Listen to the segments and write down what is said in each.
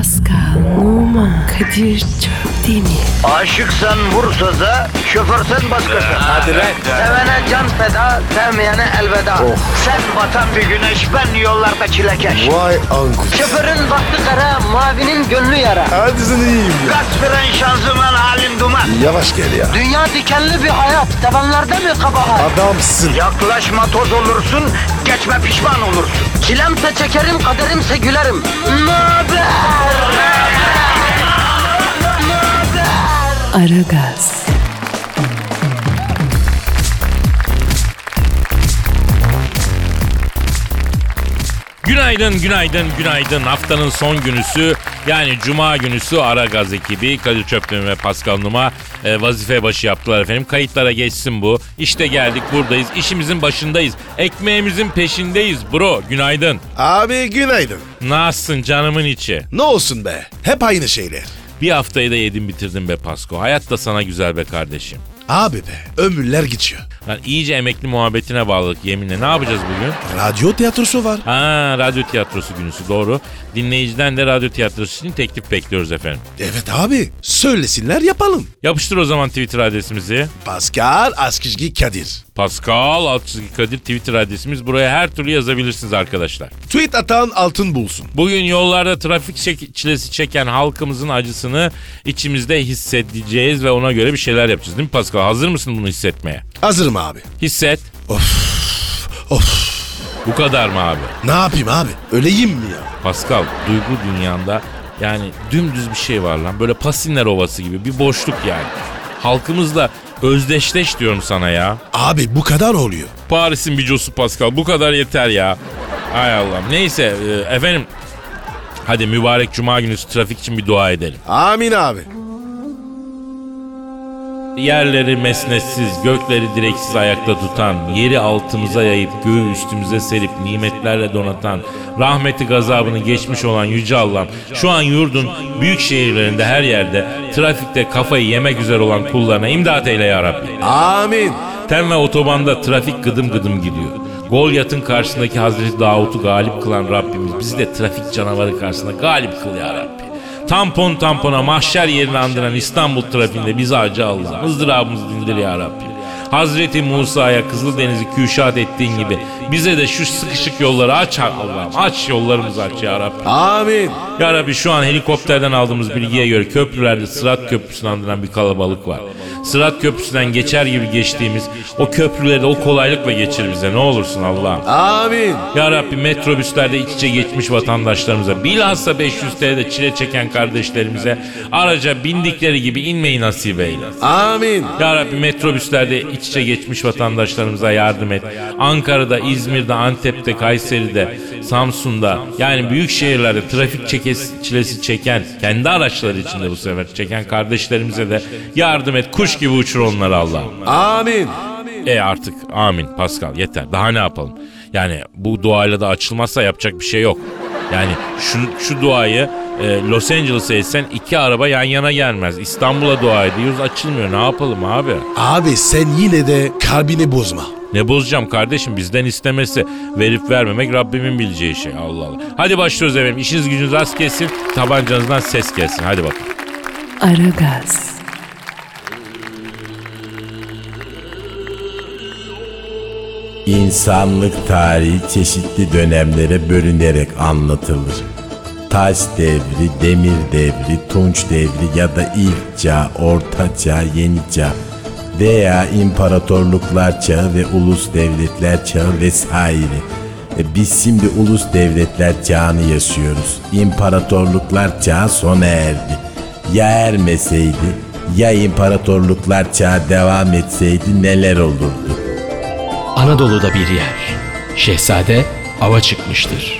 Pascal, Oman, Kadir çok değil mi? Aşıksan vursa da, şoförsen başkasın. Hadi lan. Sevene can feda, sevmeyene elveda. Sen batan bir güneş, ben yollarda çilekeş. Vay anku. Şoförün baktı kara, mavinin gönlü yara. Hadi sen iyiyim ya. Kasperen şanzıman halin duman. Yavaş gel ya. Dünya dikenli bir hayat, sevenlerde mi kabahar? Adamsın. Yaklaşma toz olursun, geçme pişman olursun. Çilemse çekerim, kaderimse gülerim. Möber! Aragaz. Günaydın, günaydın, günaydın. Haftanın son günüsü, yani Cuma günüsü Aragaz ekibi Kadir Çöpten ve Pascal Numa vazife başı yaptılar efendim. Kayıtlara geçsin bu. İşte geldik, buradayız. İşimizin başındayız. Ekmeğimizin peşindeyiz bro. Günaydın. Abi günaydın. Nasılsın canımın içi? Ne olsun be? Hep aynı şeyler. Bir haftayı da yedim bitirdim be Pasko. Hayat da sana güzel be kardeşim. Abi be ömürler geçiyor. Lan iyice emekli muhabbetine bağladık yeminle. Ne yapacağız bugün? Radyo tiyatrosu var. Ha, radyo tiyatrosu günüsü, doğru. Dinleyiciden de radyo tiyatrosu için teklif bekliyoruz efendim. Evet abi söylesinler yapalım. Yapıştır o zaman Twitter adresimizi. Pascal Askizgi Kadir. Pascal Kadir Twitter adresimiz. Buraya her türlü yazabilirsiniz arkadaşlar. Tweet atan altın bulsun. Bugün yollarda trafik çilesi çeken halkımızın acısını içimizde hissedeceğiz ve ona göre bir şeyler yapacağız, değil mi Pascal? Hazır mısın bunu hissetmeye? Hazırım abi. Hisset. Of. Bu kadar mı abi? Ne yapayım abi? Öleyim mi ya? Pascal, duygu dünyanda yani dümdüz bir şey var lan. Böyle Pasinler Ovası gibi bir boşluk yani. Halkımızla özdeşleş diyorum sana ya. Abi bu kadar oluyor. Paris'in bicosu Pascal, bu kadar yeter ya. Hay Allah'ım. Neyse efendim. Hadi mübarek Cuma günü trafik için bir dua edelim. Amin abi. Yerleri mesnetsiz, gökleri direksiz ayakta tutan, yeri altımıza yayıp göğü üstümüze serip nimetlerle donatan, rahmeti gazabını geçmiş olan Yüce Allah'ım, şu an yurdun büyük şehirlerinde her yerde trafikte kafayı yemek üzere olan kullarına imdat eyle ya Rabbi. Amin. Tem ve otobanda trafik gıdım gıdım gidiyor. Golyat'ın karşısındaki Hazreti Davut'u galip kılan Rabbimiz bizi de trafik canavarı karşısında galip kıl ya Rabbi. Tampon tampona mahşer yerini andıran İstanbul trafiğinde bizi acı Allah'ım. ızdırabımızı dindir ya Rabbi. Hazreti Musa'ya Kızıldeniz'i küşat ettiğin gibi bize de şu sıkışık yolları aç Allah'ım. Aç yollarımızı aç ya Rabbi. Amin. Ya Rabbi, şu an helikopterden aldığımız bilgiye göre köprülerde Sırat Köprüsü'nü andıran bir kalabalık var. Sırat Köprüsü'nden geçer gibi geçtiğimiz o köprüleri de o kolaylıkla geçir bize, ne olursun Allah'ım. Amin. Ya Rabbi, metrobüslerde iç içe geçmiş vatandaşlarımıza, bilhassa 500 TL'de çile çeken kardeşlerimize araca bindikleri gibi inmeyi nasip eyle. Amin. Ya Rabbi, metrobüslerde iç içe geçmiş vatandaşlarımıza yardım et. Ankara'da, İzmir'de, Antep'te, Kayseri'de, Samsun'da, yani büyük şehirlerde trafik çilesi çeken, kendi araçları içinde bu sefer çeken kardeşlerimize de yardım et. Kuş gibi uçur onları Allah'ım. Amin. Artık amin Pascal, yeter. Daha ne yapalım? Yani bu duayla da açılmazsa yapacak bir şey yok. Yani şu duayı Los Angeles'a etsen 2 araba yan yana gelmez. İstanbul'a dua ediyoruz, açılmıyor. Ne yapalım abi? Abi sen yine de kalbini bozma. Ne bozacağım kardeşim, bizden istemesi. Verip vermemek Rabbimin bileceği şey. Allah Allah. Hadi başlıyoruz efendim. İşiniz gücünüz rast gelsin. Tabancanızdan ses gelsin. Hadi bakalım. Aragaz. İnsanlık tarihi çeşitli dönemlere bölünerek anlatılır. Taş devri, demir devri, tunç devri ya da ilk çağ, orta çağ, yeni çağ veya imparatorluklar çağı ve ulus devletler çağı vesaire. Biz şimdi ulus devletler çağını yaşıyoruz. İmparatorluklar çağı sona erdi. Ya ermeseydi, ya imparatorluklar çağı devam etseydi neler olurdu? Anadolu'da bir yer. Şehzade ava çıkmıştır.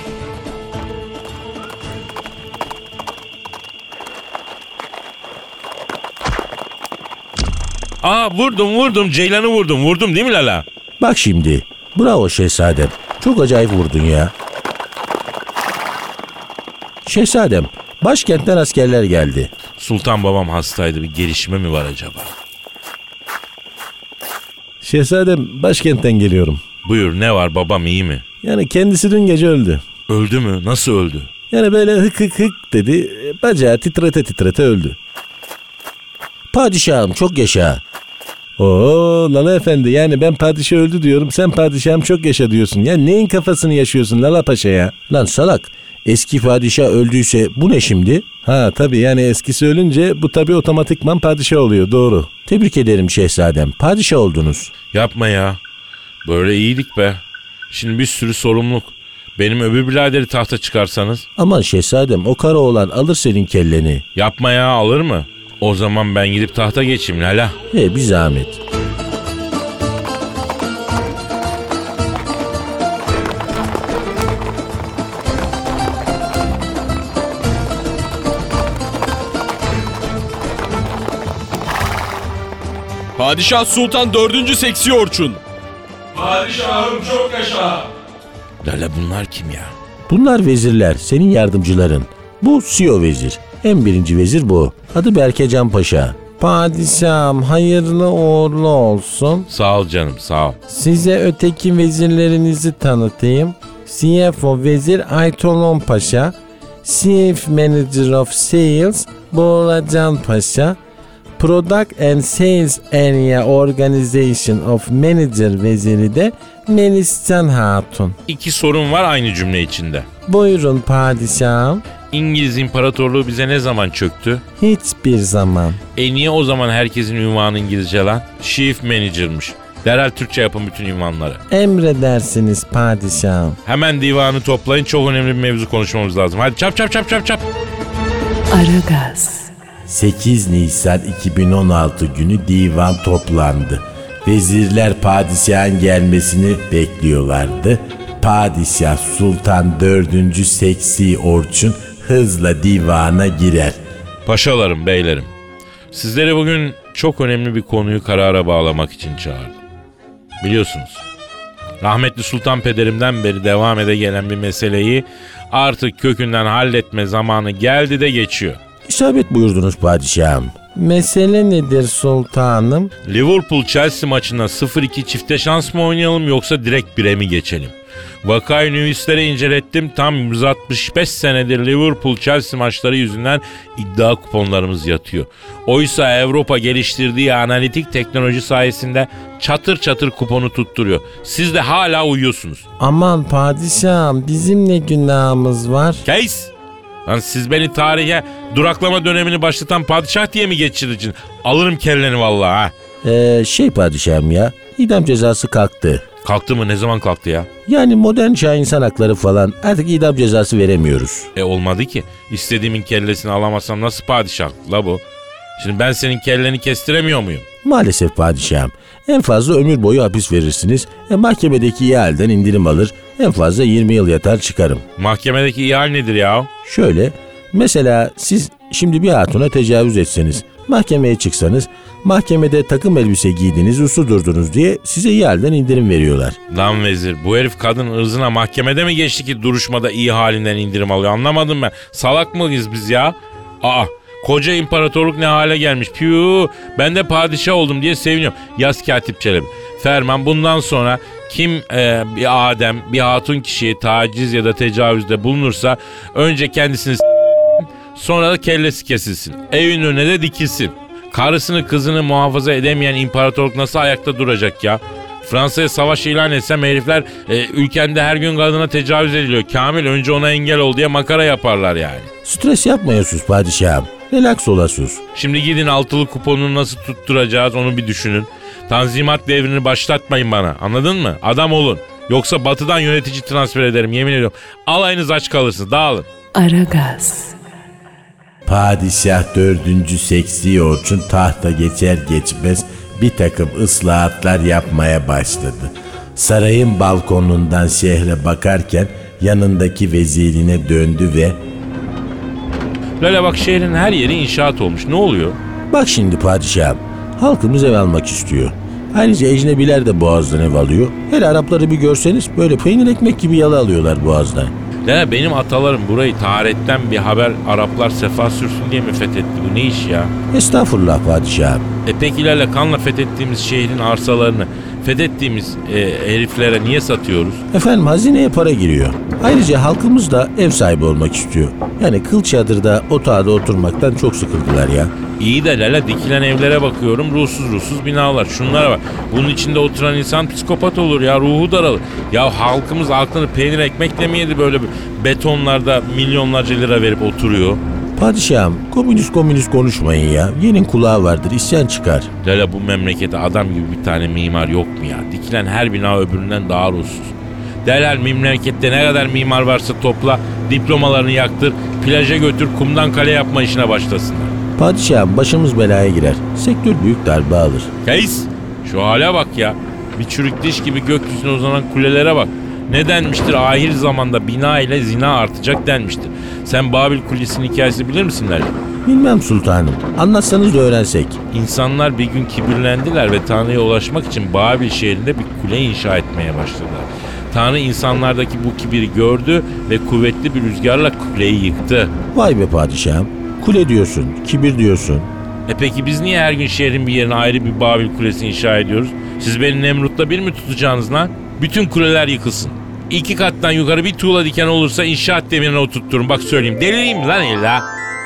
Vurdum. Ceylan'ı vurdum. Vurdum değil mi Lala? Bak şimdi. Bravo şehzadem. Çok acayip vurdun ya. Şehzadem, başkentten askerler geldi. Sultan babam hastaydı. Bir gelişme mi var acaba? Şehzadem, başkentten geliyorum. Buyur, ne var, babam iyi mi? Yani kendisi dün gece öldü. Öldü mü? Nasıl öldü? Yani böyle hık hık hık dedi. Bacağı titrete titrete öldü. Padişahım çok yaşa. Oo Lala Efendi, yani ben padişah öldü diyorum, sen padişahım çok yaşa diyorsun. Ya neyin kafasını yaşıyorsun Lala Paşa ya? Lan salak, eski padişah öldüyse bu ne şimdi? Ha tabii, yani eskisi ölünce bu tabii otomatikman padişah oluyor, doğru. Tebrik ederim şehzadem, padişah oldunuz. Yapma ya. Böyle iyiydik be. Şimdi bir sürü sorumluluk. Benim öbür biraderi tahta çıkarsanız. Aman şehzadem, o Karaoğlan alır senin kelleni. Yapma ya, alır mı? O zaman ben gidip tahta geçeyim Lala. Bir zahmet. Padişah Sultan 4. Seksi Orçun. Padişahım çok yaşa. Lala bunlar kim ya? Bunlar vezirler, senin yardımcıların. Bu CEO vezir. En birinci vezir bu. Adı Berkecan Paşa. Padişahım hayırlı uğurlu olsun. Sağ ol canım, sağ ol. Size öteki vezirlerinizi tanıtayım. CFO vezir Aytolon Paşa. Chief Manager of Sales Boğracan Paşa. Product and Sales Area Organization of Manager veziri de Meliscan Hatun. 2 sorun var aynı cümle içinde. Buyurun padişahım. İngiliz İmparatorluğu bize ne zaman çöktü? Hiçbir zaman. Niye o zaman herkesin ünvanı İngilizce lan? Chief Manager'mış. Derhal Türkçe yapın bütün ünvanları. Emredersiniz padişahım. Hemen divanı toplayın, çok önemli bir mevzu konuşmamız lazım. Hadi çap çap çap çap çap. Aragaz. 8 Nisan 2016 günü divan toplandı. Vezirler padişahın gelmesini bekliyorlardı. Padişah Sultan 4. Seksi Orçun hızla divana girer. Paşalarım, beylerim. Sizleri bugün çok önemli bir konuyu karara bağlamak için çağırdım. Biliyorsunuz, rahmetli Sultan Pederimden beri devam ede gelen bir meseleyi artık kökünden halletme zamanı geldi de geçiyor. İsabet buyurdunuz padişahım. Mesele nedir sultanım? Liverpool-Chelsea maçında 0-2 çifte şans mı oynayalım yoksa direkt 1'e mi geçelim? Vakayı nüvislere incelettim. Tam 165 senedir Liverpool-Chelsea maçları yüzünden iddia kuponlarımız yatıyor. Oysa Avrupa geliştirdiği analitik teknoloji sayesinde çatır çatır kuponu tutturuyor. Siz de hala uyuyorsunuz. Aman padişahım, bizim ne günahımız var? Case! Lan siz beni tarihe duraklama dönemini başlatan padişah diye mi geçirdin? Alırım kelleni vallahi ha. Padişahım ya, idam cezası kalktı. Kalktı mı? Ne zaman kalktı ya? Yani modern çağ insan hakları falan, artık idam cezası veremiyoruz. Olmadı ki. İstediğimin kellesini alamazsam nasıl padişah la bu? Şimdi ben senin kelleni kestiremiyor muyum? Maalesef padişahım. En fazla ömür boyu hapis verirsiniz. Mahkemedeki ihaleden indirim alır. En fazla 20 yıl yatar çıkarım. Mahkemedeki ihale nedir ya? Şöyle, mesela siz şimdi bir hatuna tecavüz etseniz, mahkemeye çıksanız, mahkemede takım elbise giydiniz, uslu durdunuz diye size ihaleden indirim veriyorlar. Lan vezir, bu herif kadın ırzına mahkemede mi geçti ki duruşmada iyi halinden indirim alıyor? Anlamadım ben. Salak mıyız biz ya? Koca imparatorluk ne hale gelmiş. Piyuu, ben de padişah oldum diye seviniyorum. Yaz Katip Çelebi. Ferman, bundan sonra kim bir adem, bir hatun kişiye taciz ya da tecavüzde bulunursa önce kendisini sonra da kellesi kesilsin. Evin önüne de dikilsin. Karısını kızını muhafaza edemeyen imparatorluk nasıl ayakta duracak ya? Fransa'ya savaş ilan etsem herifler ülkende her gün kadına tecavüz ediliyor. Kamil önce ona engel ol diye makara yaparlar yani. Stres yapmayasınız padişahım. Relax olasınız. Şimdi gidin altılı kuponunu nasıl tutturacağız onu bir düşünün. Tanzimat devrini başlatmayın bana, anladın mı? Adam olun. Yoksa batıdan yönetici transfer ederim, yemin ediyorum. Alayınız aç kalırsınız, dağılın. Aragaz. Padişah 4. Seksi Orçun tahta geçer geçmez bir takım ıslahatlar yapmaya başladı. Sarayın balkonundan şehre bakarken yanındaki vezirine döndü ve Böyle bak, şehrin her yeri inşaat olmuş, ne oluyor? "Bak şimdi padişahım, halkımız ev almak istiyor. Ayrıca ecnebiler de Boğaz'dan ev alıyor. Hele Arapları bir görseniz böyle peynir ekmek gibi yalı alıyorlar Boğaz'dan." Ya benim atalarım burayı taharetten bir haber Araplar sefa sürsün diye mi fethetti? Bu ne iş ya? Estağfurullah padişahım. Pekilerle kanla fethettiğimiz şehrin arsalarını fethettiğimiz heriflere niye satıyoruz? Efendim hazineye para giriyor. Ayrıca halkımız da ev sahibi olmak istiyor. Yani kıl çadırda, otağda oturmaktan çok sıkıldılar ya. İyi de Lala, dikilen evlere bakıyorum, ruhsuz binalar. Şunlara bak. Bunun içinde oturan insan psikopat olur ya, ruhu daralır. Ya halkımız aklını peynir ekmekle mi yedi, böyle betonlarda milyonlarca lira verip oturuyor? Padişahım, komünist konuşmayın ya. Yerin kulağı vardır, isyan çıkar. Lala, bu memlekete adam gibi bir tane mimar yok mu ya? Dikilen her bina öbüründen daha ruhsuz. Derhal memlekette ne kadar mimar varsa topla, diplomalarını yaktır, plaja götür, kumdan kale yapma işine başlasınlar. Padişahım, başımız belaya girer. Sektör büyük darbe alır. Reis, şu hale bak ya. Bir çürük diş gibi gökyüzüne uzanan kulelere bak. Ne denmiştir? Ahir zamanda bina ile zina artacak denmiştir. Sen Babil Kulesi'nin hikayesini bilir misin Lala? Bilmem sultanım. Anlatsanız da öğrensek. İnsanlar bir gün kibirlendiler ve Tanrı'ya ulaşmak için Babil şehrinde bir kule inşa etmeye başladılar. Tanrı insanlardaki bu kibiri gördü ve kuvvetli bir rüzgarla kuleyi yıktı. Vay be padişahım. Kule diyorsun, kibir diyorsun. Peki biz niye her gün şehrin bir yerine ayrı bir Babil Kulesi inşa ediyoruz? Siz beni Nemrut'la bir mi tutacaksınız lan? Bütün kuleler yıkılsın. 2 kattan yukarı bir tuğla diken olursa inşaat demirine oturtturun. Bak söyleyeyim, delireyim mi lan illa?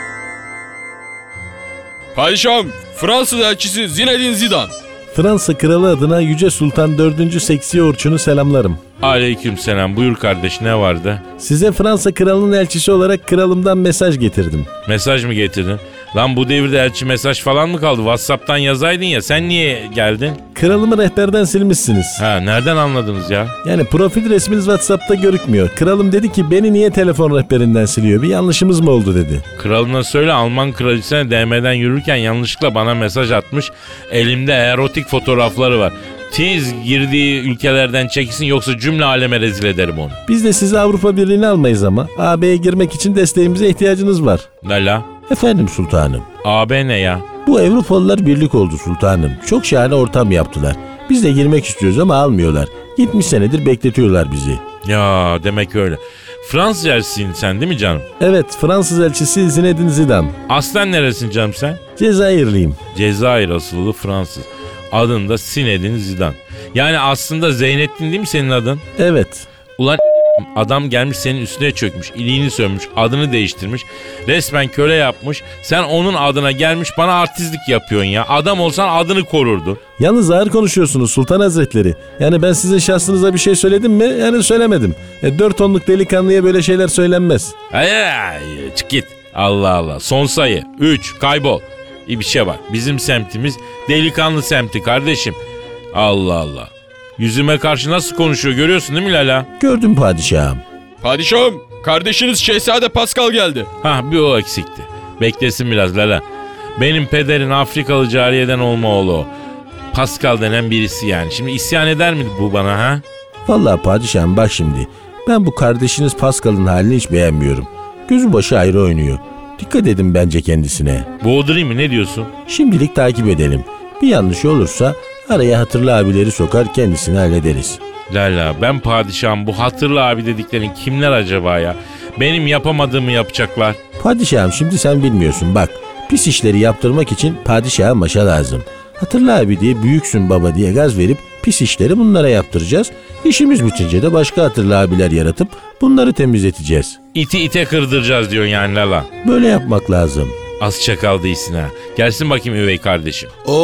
Padişahım, Fransız elçisi Zinedine Zidane. Fransa kralı adına Yüce Sultan 4. Seksi Orçun'u selamlarım. Aleykümselam, buyur kardeş, ne vardı? Size Fransa kralının elçisi olarak kralımdan mesaj getirdim. Mesaj mı getirdin? Lan bu devirde elçi mesaj falan mı kaldı? WhatsApp'tan yazaydın ya, sen niye geldin? Kralımı rehberden silmişsiniz. Ha, nereden anladınız ya? Yani profil resminiz WhatsApp'ta görükmüyor. Kralım dedi ki beni niye telefon rehberinden siliyor? Bir yanlışımız mı oldu dedi. Kralına söyle, Alman kraliçesine DM'den yürürken yanlışlıkla bana mesaj atmış. Elimde erotik fotoğrafları var. Tiz girdiği ülkelerden çekilsin, yoksa cümle aleme rezil ederim onu. Biz de sizi Avrupa Birliği'ne almayız ama AB'ye girmek için desteğimize ihtiyacınız var. Lala? Efendim sultanım. AB ne ya? Bu Avrupalılar birlik oldu sultanım. Çok şahane ortam yaptılar. Biz de girmek istiyoruz ama almıyorlar. 70 senedir bekletiyorlar bizi. Ya demek öyle. Fransız elçisisin sen değil mi canım? Evet, Fransız elçisi Zinedine Zidane. Aslen neresin canım sen? Cezayirliyim. Cezayir asıllı Fransız. Adın da Zinedine Zidane. Yani aslında Zeynettin değil mi senin adın? Evet. Ulan adam gelmiş senin üstüne çökmüş, iliğini sönmüş, adını değiştirmiş, resmen köle yapmış. Sen onun adına gelmiş bana artistlik yapıyorsun ya. Adam olsan adını korurdun. Yalnız ağır konuşuyorsunuz Sultan Hazretleri. Yani ben sizin şahsınıza bir şey söyledim mi? Yani söylemedim. 4 tonluk delikanlıya böyle şeyler söylenmez. Ay, çık git. Allah Allah. Son sayı. 3. Kaybol. İyi bir şey bak. Bizim semtimiz delikanlı semti kardeşim. Allah Allah. Yüzüme karşı nasıl konuşuyor görüyorsun değil mi Lala? Gördüm padişahım. Padişahım, kardeşiniz Şehzade Pascal geldi. Bir o eksikti. Beklesin biraz Lala. Benim pederin Afrikalı cariyeden olma oğlu o. Pascal denen birisi yani. Şimdi isyan eder mi bu bana ha? Vallahi padişahım bak şimdi. Ben bu kardeşiniz Pascal'ın halini hiç beğenmiyorum. Gözü başı ayrı oynuyor. Dikkat edin bence kendisine. Boğdurayım mı, ne diyorsun? Şimdilik takip edelim. Bir yanlış olursa araya hatırlı abileri sokar kendisini hallederiz. Lala, ben padişahım, bu hatırlı abi dediklerin kimler acaba ya? Benim yapamadığımı yapacaklar. Padişahım şimdi sen bilmiyorsun bak. Pis işleri yaptırmak için padişaha maşa lazım. Hatırlı abi diye büyüksün baba diye gaz verip pis işleri bunlara yaptıracağız. İşimiz bitince de başka hatırlı abiler yaratıp bunları temizleteceğiz. İti ite kırdıracağız diyorsun yani Lala. Böyle yapmak lazım. Az çakal değilsin ha. Gelsin bakayım üvey kardeşim.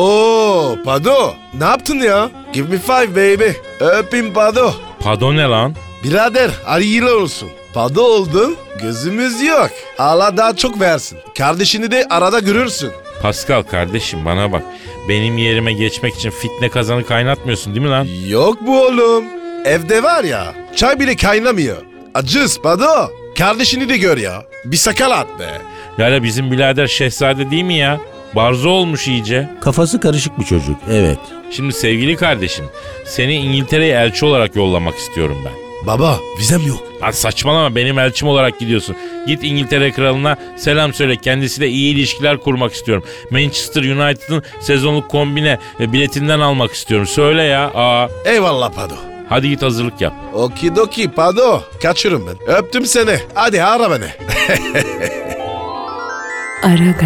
Oo Pado, ne yaptın ya? Give me 5 baby. Öpeyim Pado. Pado ne lan? Birader hayırlı olsun. Pado oldun, gözümüz yok. Allah daha çok versin. Kardeşini de arada görürsün. Pascal kardeşim bana bak. Benim yerime geçmek için fitne kazanı kaynatmıyorsun değil mi lan? Yok bu oğlum. Evde var ya, çay bile kaynamıyor. Acız Pado. Kardeşini de gör ya. Bir sakal at be. Lala, bizim birader şehzade değil mi ya? Barzo olmuş iyice. Kafası karışık bir çocuk, evet. Şimdi sevgili kardeşim, seni İngiltere'ye elçi olarak yollamak istiyorum ben. Baba, vizem yok. Lan saçmalama, benim elçim olarak gidiyorsun. Git İngiltere kralına selam söyle, kendisiyle iyi ilişkiler kurmak istiyorum. Manchester United'ın sezonluk kombine biletinden almak istiyorum. Söyle ya. Eyvallah Pado. Hadi git hazırlık yap. Okidoki Pado. Kaçırım ben. Öptüm seni. Hadi ara beni.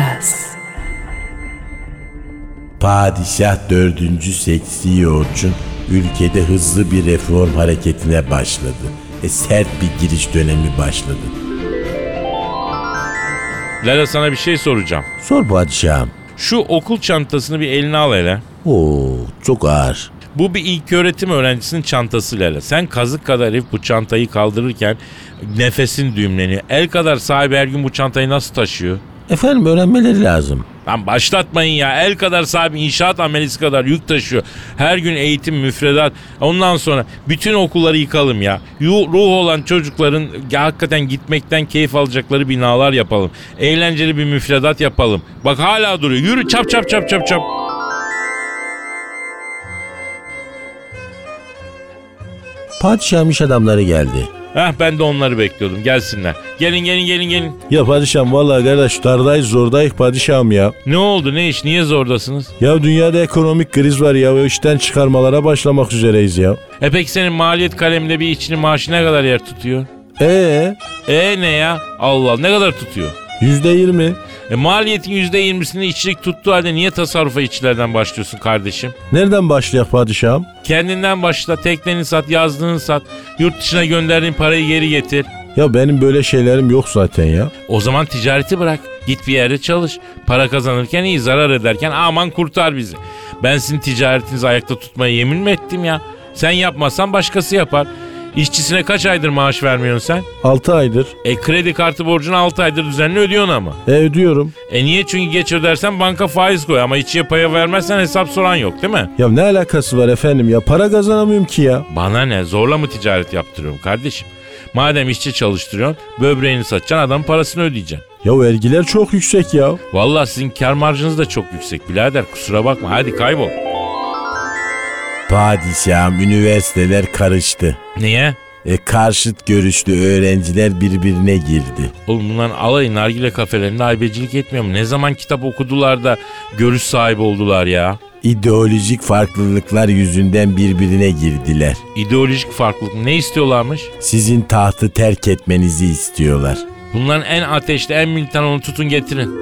Aragaz. Padişah 4. Seksi Orçun ülkede hızlı bir reform hareketine başladı. Sert bir giriş dönemi başladı. Lala sana bir şey soracağım. Sor padişahım. Şu okul çantasını bir eline al hele. Oo, çok ağır. Bu bir ilköğretim öğrencisinin çantası Lala. Sen kazık kadar herif bu çantayı kaldırırken nefesin düğümleniyor. El kadar sahibi her gün bu çantayı nasıl taşıyor? Efendim öğrenmeleri lazım. Lan başlatmayın ya. El kadar sahibi inşaat amelisi kadar yük taşıyor. Her gün eğitim, müfredat. Ondan sonra bütün okulları yıkalım ya. Ruh olan çocukların hakikaten gitmekten keyif alacakları binalar yapalım. Eğlenceli bir müfredat yapalım. Bak hala duruyor. Yürü çap çap çap çap çap. Padişahım iş adamları geldi. Ben de onları bekliyordum. Gelsinler. Gelin. Ya padişahım vallahi kardeş dardayız zordayız padişahım ya. Ne oldu ne iş? Niye zordasınız? Ya dünyada ekonomik kriz var ya, o işten çıkarmalara başlamak üzereyiz ya. Peki senin maliyet kaleminde bir işçinin maaşı ne kadar yer tutuyor? Ne ya? Allah ne kadar tutuyor? %20. Maliyetin %20'sini işçilik tuttuğu halde niye tasarrufa işçilerden başlıyorsun kardeşim? Nereden başlayak padişahım? Kendinden başla, tekneni sat, yazlığını sat, yurt dışına gönderdiğin parayı geri getir. Ya benim böyle şeylerim yok zaten ya. O zaman ticareti bırak, git bir yerde çalış. Para kazanırken iyi, zarar ederken aman kurtar bizi. Ben sizin ticaretinizi ayakta tutmaya yemin mi ettim ya? Sen yapmazsan başkası yapar. İşçisine kaç aydır maaş vermiyorsun sen? 6 aydır. Kredi kartı borcunu 6 aydır düzenli ödüyorsun ama. Ödüyorum. Niye? Çünkü geç ödersen banka faiz koy ama içiye paya vermezsen hesap soran yok değil mi? Ya ne alakası var efendim ya, para kazanamıyorum ki ya. Bana ne, zorla mı ticaret yaptırıyorum kardeşim? Madem işçi çalıştırıyorsun, böbreğini satacaksın, adamın parasını ödeyeceksin. Ya vergiler çok yüksek ya. Vallahi sizin kar marjınız da çok yüksek birader, kusura bakma, hadi kaybol. Padişahım üniversiteler karıştı. Niye? Karşıt görüşlü öğrenciler birbirine girdi. Oğlum bunların alayı nargile kafelerinde haybecilik etmiyor mu? Ne zaman kitap okudular da görüş sahibi oldular ya? İdeolojik farklılıklar yüzünden birbirine girdiler. İdeolojik farklılık ne istiyorlarmış? Sizin tahtı terk etmenizi istiyorlar. Bunların en ateşli, en militan onu tutun getirin.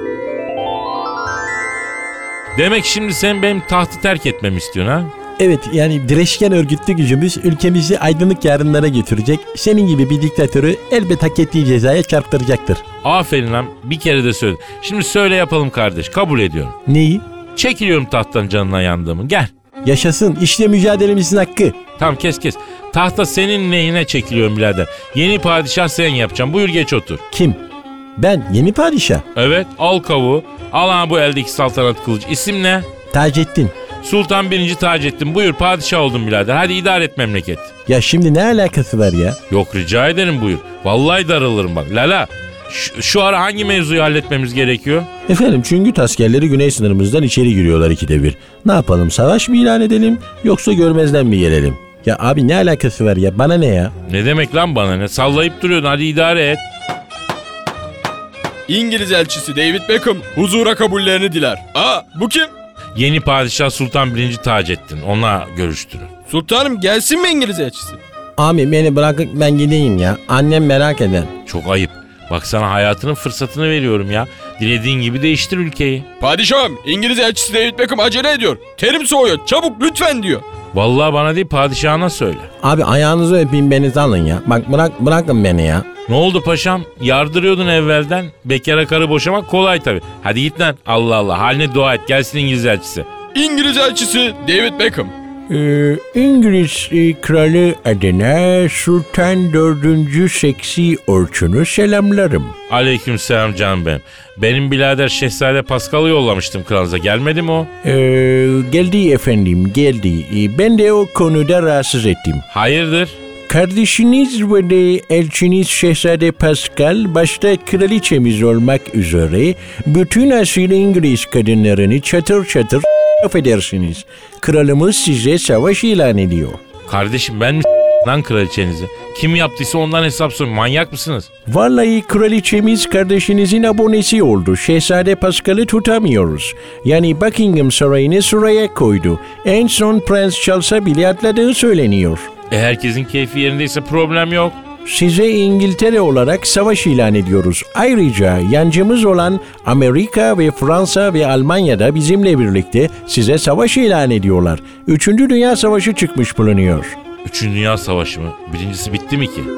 Demek şimdi sen benim tahtı terk etmemi istiyorsun ha? Evet, yani dirençken örgütlü gücümüz ülkemizi aydınlık yarınlara götürecek. Senin gibi bir diktatörü elbet hak ettiği cezaya çarptıracaktır. Aferin lan, bir kere de söyle. Şimdi söyle yapalım kardeş, kabul ediyorum. Neyi? Çekiliyorum tahttan canına yandığımın, gel. Yaşasın, işte mücadelemizin hakkı. Tamam kes. Tahta senin neyine çekiliyorum birader. Yeni padişah sen yapacaksın, buyur geç otur. Kim? Ben yeni padişah. Evet, al kavuğu. Al ha bu eldeki saltanat kılıcı. İsim ne? Taceddin. Sultan 1. Taceddin, buyur padişah oldun birader. Hadi idare et memleket. Ya şimdi ne alakası var ya? Yok rica ederim buyur. Vallahi darılırım bak. Lala şu ara hangi mevzuyu halletmemiz gerekiyor? Efendim Çüngüt askerleri güney sınırımızdan içeri giriyorlar 2'de 1. Ne yapalım, savaş mı ilan edelim yoksa görmezden mi gelelim? Ya abi ne alakası var ya, bana ne ya? Ne demek lan bana ne? Sallayıp duruyordun, hadi idare et. İngiliz elçisi David Beckham huzura kabullerini diler. Bu kim? Yeni padişah Sultan 1. Taceddin, onunla görüştürün. Sultanım gelsin mi İngiliz elçisi? Abi beni bırakıp ben gideyim ya. Annem merak eder. Çok ayıp. Bak sana hayatının fırsatını veriyorum ya. Dilediğin gibi değiştir ülkeyi. Padişahım İngiliz elçisi David Beckham acele ediyor. Terim soğuyor, çabuk lütfen diyor. Vallahi bana değil padişahına söyle. Abi ayağınızı öpeyim, beni salın ya. Bak bırakın beni ya. Ne oldu paşam? Yardırıyordun evvelden. Bekara karı boşamak kolay tabii. Hadi git lan. Allah Allah. Haline dua et. Gelsin İngiliz elçisi. İngiliz elçisi David Beckham. İngiliz kralı adına Sultan 4. Seksi Orçun'u selamlarım. Aleykümselam canım benim. Benim birader Şehzade Pascal'ı yollamıştım kralınıza. Gelmedi mi o? Geldi efendim, geldi. Ben de o konuda rahatsız ettim. Hayırdır? Kardeşiniz ve de elçiniz Şehzade Pascal başta kraliçemiz olmak üzere bütün asil İngiliz kadınlarını çatır çatır affedersiniz. Kralımız size savaş ilan ediyor. Kardeşim ben mi lan kraliçenizi? Kim yaptıysa ondan hesap sorun. Manyak mısınız? Vallahi kraliçemiz kardeşinizin abonesi oldu. Şehzade Pascal'ı tutamıyoruz. Yani Buckingham Sarayı'nı sıraya koydu. En son Prens Charles'a bile atladığı söyleniyor. Herkesin keyfi yerindeyse problem yok. size İngiltere olarak savaş ilan ediyoruz. Ayrıca yancımız olan Amerika ve Fransa ve Almanya'da bizimle birlikte size savaş ilan ediyorlar. 3. Dünya Savaşı çıkmış bulunuyor. 3. Dünya Savaşı mı? Birincisi bitti mi ki?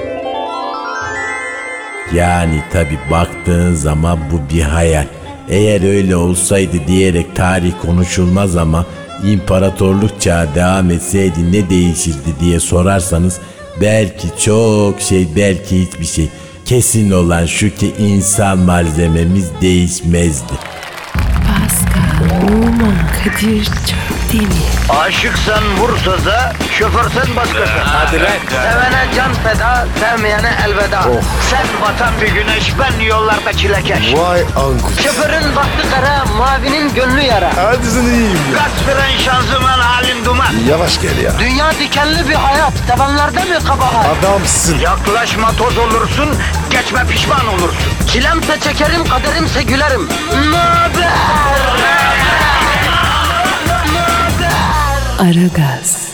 Yani tabi baktığın zaman bu bir hayal. Eğer öyle olsaydı diyerek tarih konuşulmaz ama imparatorluk çağı devam etseydi ne değişirdi diye sorarsanız belki çok şey, belki hiçbir şey. Kesin olan şu ki insan malzememiz değişmezdi. Pascal, Oman, Kadir çok değil mi? Aşıksan vursa da, şoförsen başkasın. Hadi lan. Sevene can feda, sevmeyene elveda. Sen batan bir güneş, ben yollarda çilekeş. Vay anku. Şoförün baktı kara, mavinin gönlü yara. Hadi sen iyiyim ya. Kasperen şanzıman halin duman. Yavaş gel ya. Dünya dikenli bir hayat, sevenlerde mi kabahar? Adamsın. Yaklaşma toz olursun, geçme pişman olursun. Çilemse çekerim, kaderimse gülerim. Möber! Aragaz.